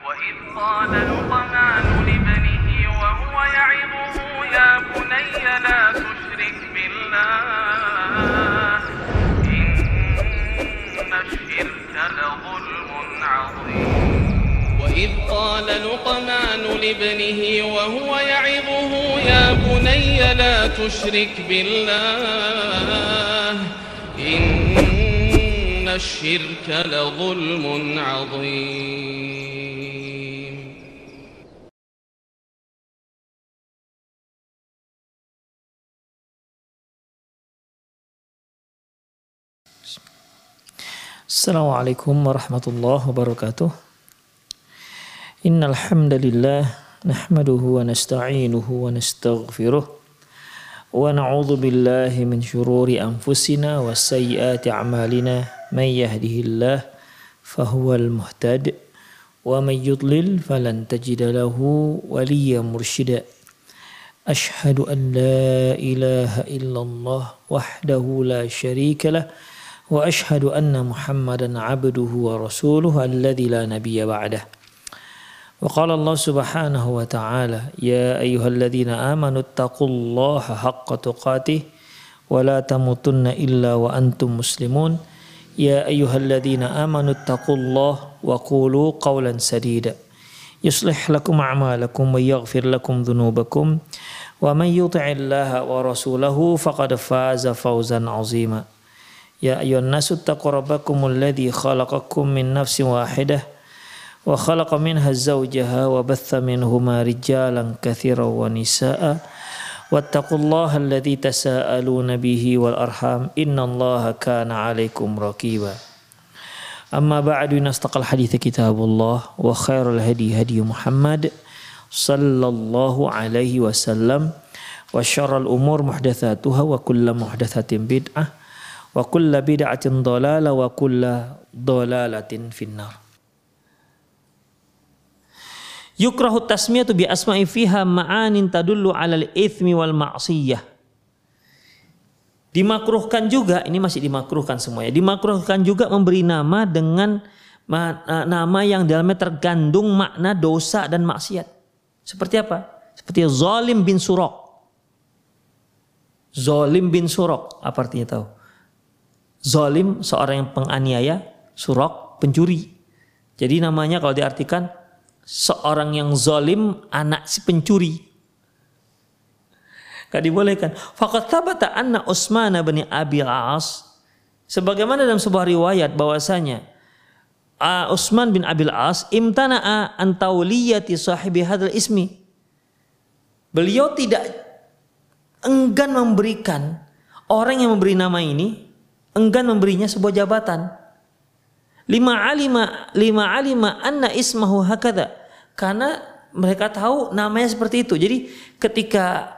وإذ قال لقمان لابنه وهو يعظه يا بني لا تشرك بالله إن الشرك لظلم عظيم وإذ قال لقمان لابنه وهو يعظه يا بني لا تشرك بالله إن الشرك لظلم عظيم. Assalamualaikum warahmatullahi wabarakatuh. Innal hamdalillah nahmaduhu wa nasta'inuhu wa nastaghfiruh wa na'udzu billahi min shururi anfusina wa sayyiati a'malina may yahdihillah fahuwal muhtad wa may yudlil falan tajida lahu waliyyan mursyida. Ashhadu an la ilaha illallah wahdahu la syarika lah wa ashhadu anna Muhammadan abduhu wa rasuluhu alladzi la nabiyya ba'dah. Wa qala Allah subhanahu wa ta'ala ya ayyuhalladzina amanu taqullaha haqqa tuqatih wa la tamutunna illa wa antum muslimun. Ya ayyuhalladzina amanu taqullaha wa qulu qawlan sadida yuslih lakum a'malakum wa yaghfir lakum dhunubakum wa man yuti'illaha wa rasulahu faqad faza fawzan 'azima. Ya ayyuhan nasu taqu rabbakumul ladzi khalaqakum min nafsin wahidah wa khalaqa minha zawjaha wa batha minhuma rijalan katsiran wa nisaa'a wattaqullaha alladzi tasaaluna bihi wal arham innallaha kana 'alaikum raqiba. Amma ba'du, nastaqal hadits kitabullah wa khairul hadi hadi Muhammad sallallahu alaihi wasallam wa syarrul umur muhdatsatuha wa kullu muhdatsatin bid'ah wa kulla bid'atin dhalalah wa kulla dhalalatin finnar. Yukrahu tasmiyatu bi asma'i fiha ma'anin tadullu 'alal itsmi wal ma'siyah. Dimakruhkan juga, ini masih dimakruhkan semuanya. Dimakruhkan juga memberi nama dengan nama yang dalamnya terkandung makna dosa dan maksiat. Seperti apa? Seperti Zalim bin Suraq. Zalim bin Suraq, apa artinya tahu? Zalim seorang yang penganiaya, Suraq pencuri. Jadi namanya kalau diartikan seorang yang zalim, anak si pencuri. Gak dibolehkan. Faqad thabata anna Utsman bin Abil As, sebagaimana dalam sebuah riwayat bahwasanya Utsman bin Abil As imtana'a an tawliyati sahibi hadzal ismi. Beliau tidak enggan memberikan orang yang memberi nama ini, enggan memberinya sebuah jabatan. Lima alima anna ismahu hakadha, karena mereka tahu namanya seperti itu. Jadi ketika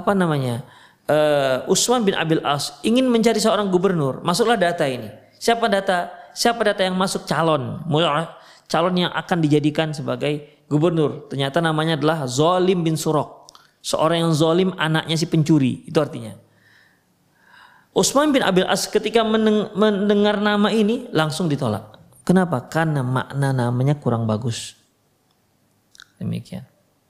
Utsman bin Abil As ingin mencari seorang gubernur, masuklah data ini. Siapa data yang masuk calon yang akan dijadikan sebagai gubernur. Ternyata namanya adalah Zalim bin Suraq, seorang yang zalim, anaknya si pencuri. Itu artinya Utsman bin Abil As ketika mendengar nama ini langsung ditolak. Kenapa? Karena makna namanya kurang bagus. Demikian.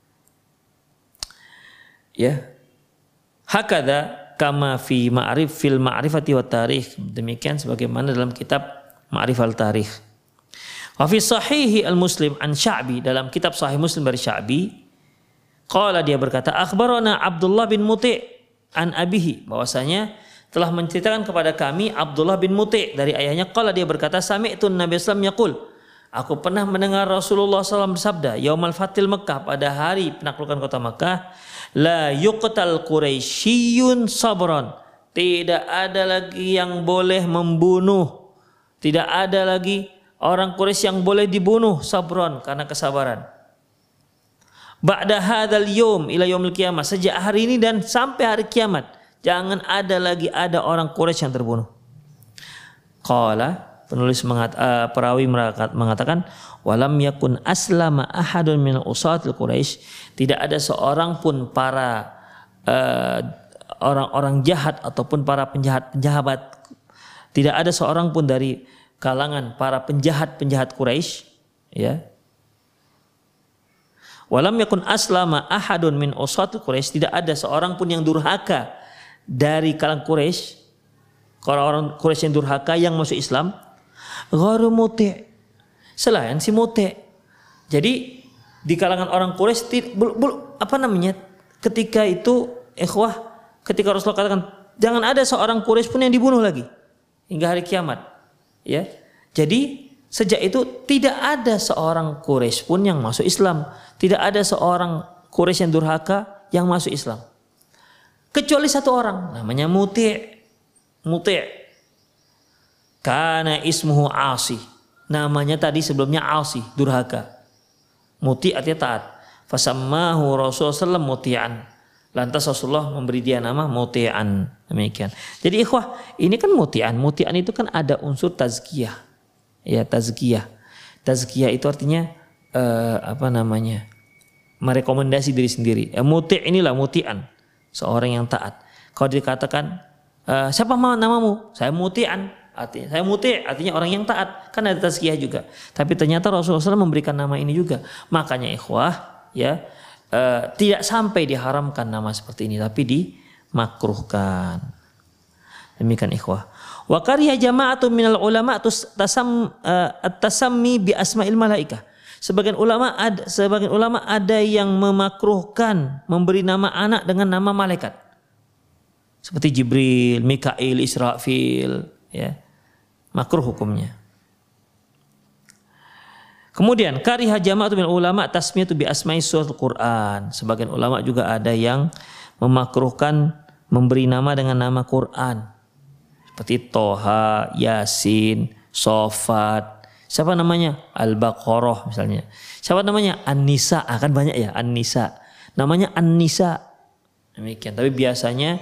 Ya. Hakadha kama fi fil ma'rifati wat tarikh. Demikian sebagaimana dalam kitab Ma'rifal Tarikh. Wa fi sahihi al-Muslim an Sya'bi, dalam kitab Sahih Muslim dari Sya'bi, qala, dia berkata, akhbarana Abdullah bin Muti' an abihi, bahwasanya telah menceritakan kepada kami Abdullah bin Muti' dari ayahnya. Qala, dia berkata, sami'tu Nabi sallallahu alaihi wasallam yaqul, aku pernah mendengar Rasulullah SAW bersabda, yaumal fatil Mekah, pada hari penaklukan kota Mekah, la yuqtal Quraisyiyun sabran, tidak ada lagi yang boleh membunuh, tidak ada lagi orang Quraisy yang boleh dibunuh sabran, karena kesabaran. Ba'da hadzal yaum ila yaumil qiyamah, sejak hari ini dan sampai hari kiamat, jangan ada lagi orang Quraisy yang terbunuh. Qala, penulis perawi mengatakan, walam yakun aslama ahadun min usatil Quraisy, tidak ada seorang pun para orang-orang jahat ataupun para penjahat, tidak ada seorang pun dari kalangan para penjahat Quraisy, ya, Walam yakun aslama ahadun min usatul Quraisy, tidak ada seorang pun yang durhaka dari kalangan Quraisy, orang-orang Quraisy yang durhaka yang masuk Islam, ghairu muti', selain si muti'. Jadi di kalangan orang Quraisy ketika itu ikhwah, ketika Rasulullah katakan jangan ada seorang Quraisy pun yang dibunuh lagi hingga hari kiamat, ya. Jadi sejak itu tidak ada seorang Quraisy pun yang masuk Islam, tidak ada seorang Quraisy yang durhaka yang masuk Islam, kecuali satu orang namanya Muti'. Kana ismuhu Asi, namanya tadi sebelumnya Asi, durhaka. Muti' artinya taat. Fasammahu Rasulullah SAW muti'an. Lantas Rasulullah memberi dia nama muti'an. Demikian. Jadi ikhwah, ini kan muti'an. Muti'an itu kan ada unsur tazkiyah. Ya, tazkiyah. Tazkiyah itu artinya merekomendasi diri sendiri. Muti' inilah muti'an, seorang yang taat. Kalau dikatakan siapa namamu? Saya muti'an. Artinya saya muti', artinya orang yang taat. Kan ada tazkiyah juga. Tapi ternyata Rasulullah SAW memberikan nama ini juga. Makanya ikhwah, ya, tidak sampai diharamkan nama seperti ini, tapi dimakruhkan. Demikian ikhwah. Wa kariha jama'atun minal ulama tasammi bi asma'il malaikah. Sebagian ulama ada yang memakruhkan memberi nama anak dengan nama malaikat. Seperti Jibril, Mikail, Israfil, ya. Makruh hukumnya. Kemudian kariha jama'atu min ulama tasmiyatu bi asma'i suratul Quran. Sebagian ulama juga ada yang memakruhkan memberi nama dengan nama Quran. Seperti Toha, Yasin, Shofat. Siapa namanya? Al-Baqarah misalnya. Siapa namanya? An-Nisa. Kan banyak ya An-Nisa. Namanya An-Nisa. Demikian. Tapi biasanya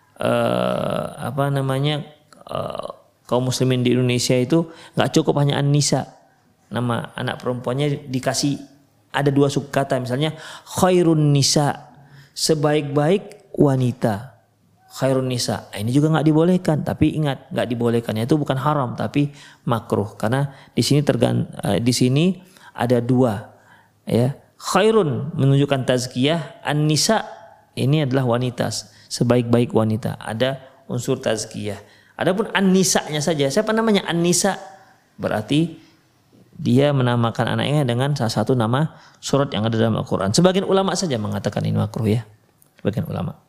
kaum muslimin di Indonesia itu nggak cukup hanya An-Nisa, nama anak perempuannya dikasih ada 2 subkata, misalnya khairun nisa, sebaik-baik wanita, khairun nisa. Ini juga nggak dibolehkan, tapi ingat nggak dibolehkannya itu bukan haram tapi makruh, karena di sini di sini ada 2, ya. Khairun menunjukkan tazkiyah, An-Nisa ini adalah wanita, sebaik-baik wanita, ada unsur tazkiyah. Adapun An-Nisa-nya saja, siapa namanya An-Nisa? Berarti dia menamakan anaknya dengan salah satu nama surat yang ada dalam Al-Quran. Sebagian ulama saja mengatakan ini makruh, ya. Sebagian ulama.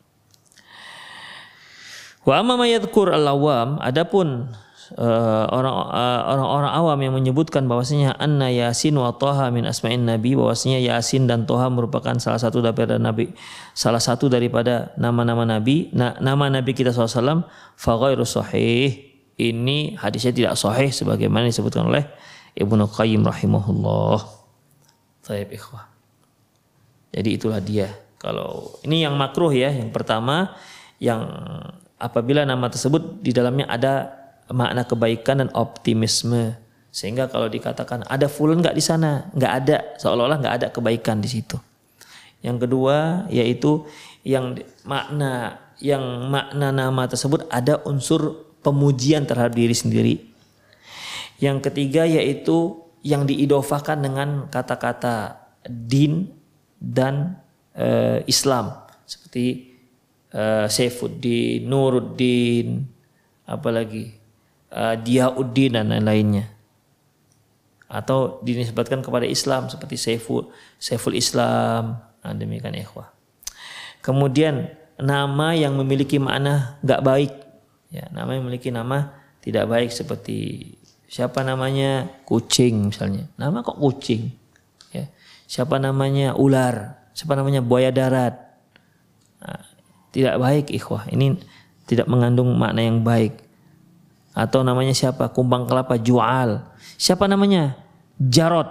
Wa amma ma yadhkur al-awam, adapun orang-orang awam yang menyebutkan bahwasanya anna Yasin wa Toha min asma'in nabi, bahwasanya Yasin dan Toha merupakan salah satu daripada nama-nama nabi, nama nabi kita SAW, fa ghairu sahih. Ini hadisnya tidak sahih sebagaimana disebutkan oleh Ibnu Qayyim rahimahullah. Baik ikhwah. Jadi itulah dia. Kalau ini yang makruh, ya, yang pertama, yang apabila nama tersebut di dalamnya ada makna kebaikan dan optimisme, sehingga kalau dikatakan ada fulan nggak di sana, nggak ada, seolah-olah nggak ada kebaikan di situ. Yang kedua yaitu yang makna nama tersebut ada unsur pemujian terhadap diri sendiri. Yang ketiga yaitu yang diidofakan dengan kata-kata din dan Islam, seperti Saifuddin, Nuruddin, apalagi Diyauddin dan lain-lainnya, atau dinisbatkan kepada Islam seperti Saiful Islam. Demikian ikhwah. Kemudian nama yang memiliki makna enggak baik, ya, nama yang memiliki nama tidak baik, seperti siapa namanya kucing misalnya, nama kok kucing, ya. Siapa namanya ular, siapa namanya buaya darat, tidak baik ikhwah, ini tidak mengandung makna yang baik. Atau namanya siapa, kumbang kelapa, jual, siapa namanya Jarot,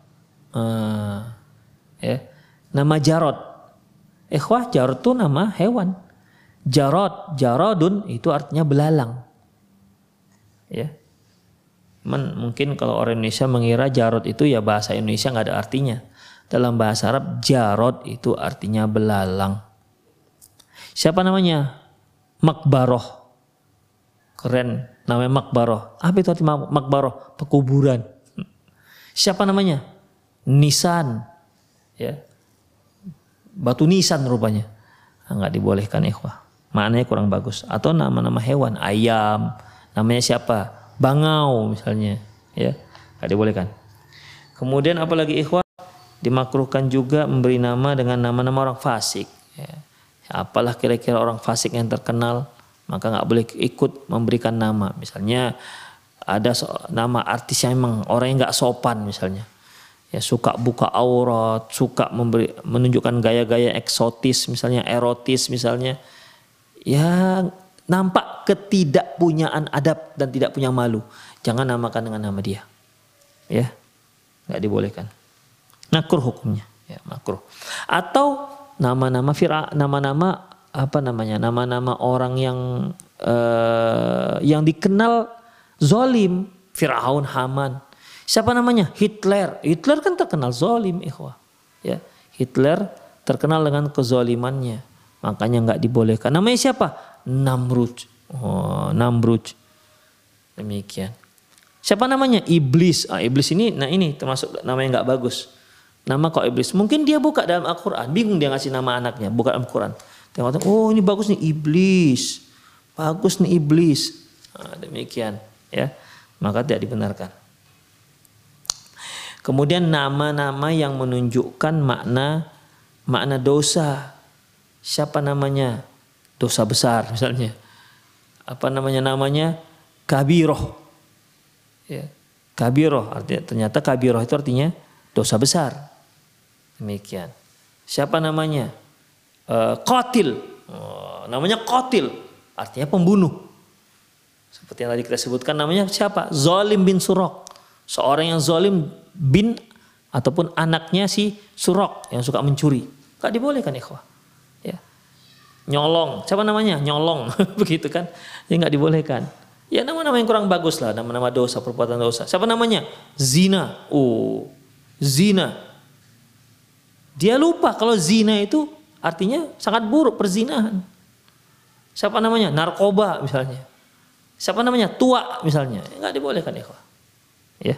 ya, nama Jarot, ikhwah, Jarot itu nama hewan. Jarodun itu artinya belalang, ya. Mungkin kalau orang Indonesia mengira Jarot itu ya bahasa Indonesia nggak ada artinya. Dalam bahasa Arab Jarot itu artinya belalang. Siapa namanya? Makbaroh. Keren, namanya Makbaroh. Apa itu arti Makbaroh? Pekuburan. Siapa namanya? Nisan. Ya. batu nisan rupanya. Nggak dibolehkan ikhwah. Maknanya kurang bagus. Atau nama-nama hewan, ayam, namanya siapa? Bangau misalnya, ya. Nggak dibolehkan. Kemudian apalagi ikhwah, dimakruhkan juga memberi nama dengan nama-nama orang fasik. Ya. Apalah kira-kira orang fasik yang terkenal, maka nggak boleh ikut memberikan nama. Misalnya ada nama artis yang memang orang yang nggak sopan misalnya, ya suka buka aurat, suka menunjukkan gaya-gaya eksotis misalnya, erotis misalnya, ya nampak ketidakpunyaan adab dan tidak punya malu. Jangan namakan dengan nama dia, ya nggak dibolehkan. Makruh hukumnya, ya makruh. Atau nama-nama nama-nama orang yang dikenal zolim, Firaun, Haman. Siapa namanya? Hitler. Hitler kan terkenal zolim, ikhwah. Ya, Hitler terkenal dengan kezolimannya. Makanya nggak dibolehkan. Namanya siapa? Namrud. Oh, Namrud. Demikian. Siapa namanya? Iblis. Iblis ini, nah ini termasuk nama yang nggak bagus. Nama kok iblis. Mungkin dia buka dalam Al-Quran. Bingung dia ngasih nama anaknya. Buka dalam Al-Quran. Tengok, oh ini bagus nih iblis. Bagus nih iblis. Nah, demikian. Ya, maka tidak dibenarkan. Kemudian nama-nama yang menunjukkan makna dosa. Siapa namanya? Dosa besar misalnya. Apa namanya? Kabiroh. Ya. Kabiroh artinya, ternyata kabiroh itu artinya dosa besar. Demikian. Siapa namanya? Qatil. Namanya qatil. Artinya pembunuh. Seperti yang tadi kita sebutkan, namanya siapa? Zalim bin Surok. Seorang yang zalim bin ataupun anaknya si Surok yang suka mencuri. Gak dibolehkan ikhwah. Ya. Nyolong. Siapa namanya? Nyolong. Begitu kan. Ya gak dibolehkan. Ya nama-nama yang kurang bagus lah. Nama-nama dosa, perbuatan dosa. Siapa namanya? Zina. Zina. Dia lupa kalau zina itu artinya sangat buruk, perzinahan. Siapa namanya? Narkoba misalnya. Siapa namanya? Tua misalnya. Enggak dibolehkan ikhwah. Ya.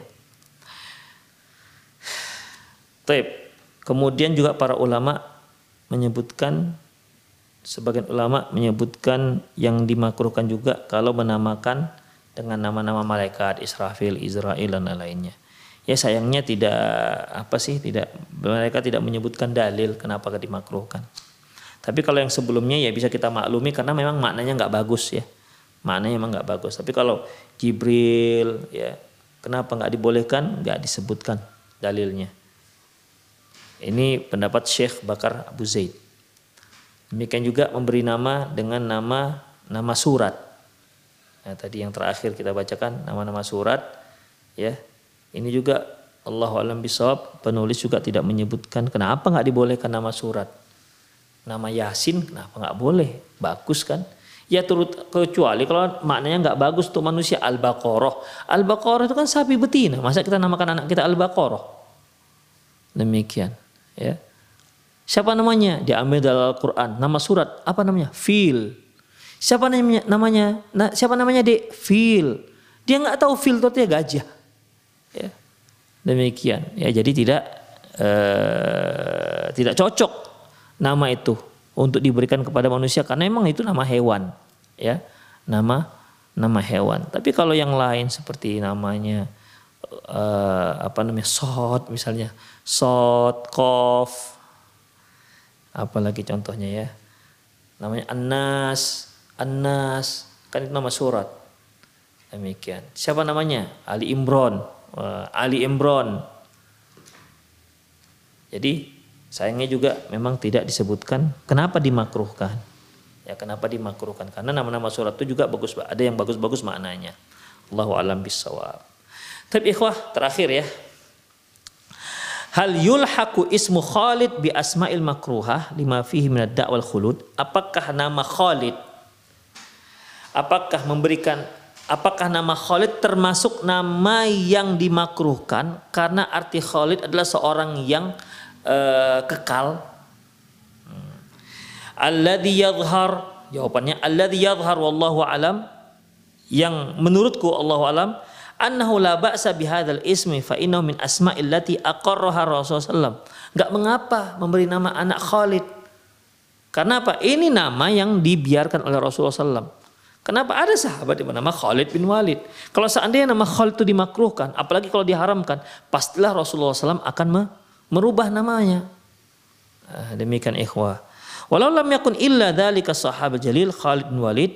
Taib. Kemudian juga para ulama menyebutkan, sebagian ulama menyebutkan yang dimakruhkan juga kalau menamakan dengan nama-nama malaikat, Israfil, Izrail dan lainnya. Ya sayangnya mereka tidak menyebutkan dalil kenapa dimakruhkan. Tapi kalau yang sebelumnya ya bisa kita maklumi karena memang maknanya nggak bagus ya. Maknanya memang nggak bagus. Tapi kalau Jibril, ya kenapa nggak dibolehkan? Nggak disebutkan dalilnya. Ini pendapat Syekh Bakar Abu Zaid. Demikian juga memberi nama dengan nama surat. Nah, tadi yang terakhir kita bacakan nama-nama surat. Ya, ini juga Allahu a'lam bishawab. Penulis juga tidak menyebutkan kenapa nggak dibolehkan nama surat. Nama Yasin kenapa nggak boleh? Bagus kan? Ya kecuali kalau maknanya nggak bagus untuk manusia. Al-Baqarah. Al-Baqarah itu kan sapi betina. Masa kita namakan anak kita Al-Baqarah? Demikian. Ya. Siapa namanya? Diambil dari Al-Quran. Nama surat apa namanya? Fil. Siapa namanya? Siapa namanya Dek? Fil. Dia nggak tahu fil itu artinya gajah. Ya. Demikian. Ya jadi tidak cocok nama itu untuk diberikan kepada manusia karena memang itu nama hewan, ya, nama hewan. Tapi kalau yang lain seperti namanya sod misalnya, sod, kof, apalagi contohnya ya, namanya Anas, kan itu nama surat. Demikian. Siapa namanya? Ali Imron. Jadi sayangnya juga memang tidak disebutkan kenapa dimakruhkan. Ya kenapa dimakruhkan? Karena nama-nama surat itu juga bagus, ada yang bagus-bagus maknanya. Allahu a'lam bishawab. Tapi ikhwah terakhir ya. Hal yulhaqu ismu Khalid bi asma'il makruhah lima fihi min ad-da'wal khulud? Apakah nama Khalid apakah nama Khalid termasuk nama yang dimakruhkan karena arti Khalid adalah seorang yang kekal? Alladhi yadhhar, jawabannya alladhi yadhhar wallahu alam, yang menurutku Allahu alam annahu la ba'sa bihadzal ismi fa innahu min asma'il lati aqarraha Rasulullah sallallahu. Enggak mengapa memberi nama anak Khalid. Karena apa? Ini nama yang dibiarkan oleh Rasulullah sallallahu. Kenapa? Ada sahabat yang bernama Khalid bin Walid. Kalau seandainya nama Khalid itu dimakruhkan, apalagi kalau diharamkan, pastilah Rasulullah SAW akan merubah namanya. Demikian ikhwah. Walau lam yakun illa dzalika sahabat jalil Khalid bin Walid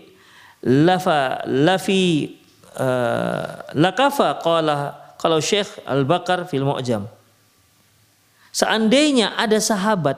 lakafa qala kalau Syekh Al-Baqar fil Mu'jam. Seandainya ada sahabat,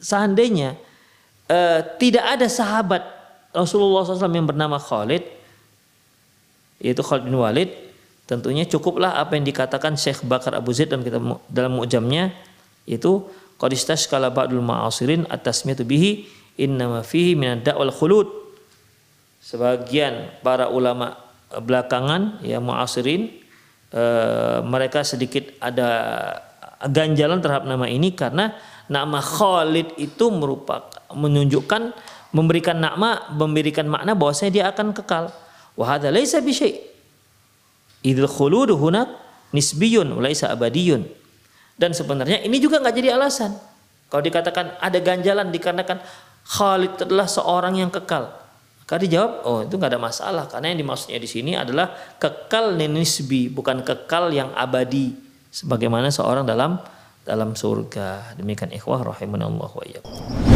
tidak ada sahabat Rasulullah SAW yang bernama Khalid, yaitu Khalid bin Walid, tentunya cukuplah apa yang dikatakan Syekh Bakar Abu Zaid dalam Mu'jamnya, yaitu qad istashkala ba'dul ma'asirin at-tasmiyatu bihi innama fihi min ad-da'wal khulud. Sebagian para ulama belakangan ya mu'asirin mereka sedikit ada ganjalan terhadap nama ini karena nama Khalid itu memberikan makna bahwasanya dia akan kekal. Wa hadza laisa bi syai'. Idzal khuludu hunak nisbiyun wa laisa abadiyun. Dan sebenarnya ini juga enggak jadi alasan. Kalau dikatakan ada ganjalan dikarenakan Khalid adalah seorang yang kekal. Maka dijawab, oh itu enggak ada masalah karena yang dimaksudnya di sini adalah kekal nisbi, bukan kekal yang abadi sebagaimana seorang dalam surga. Demikian ikhwah rahimanallahu wa iyyakum.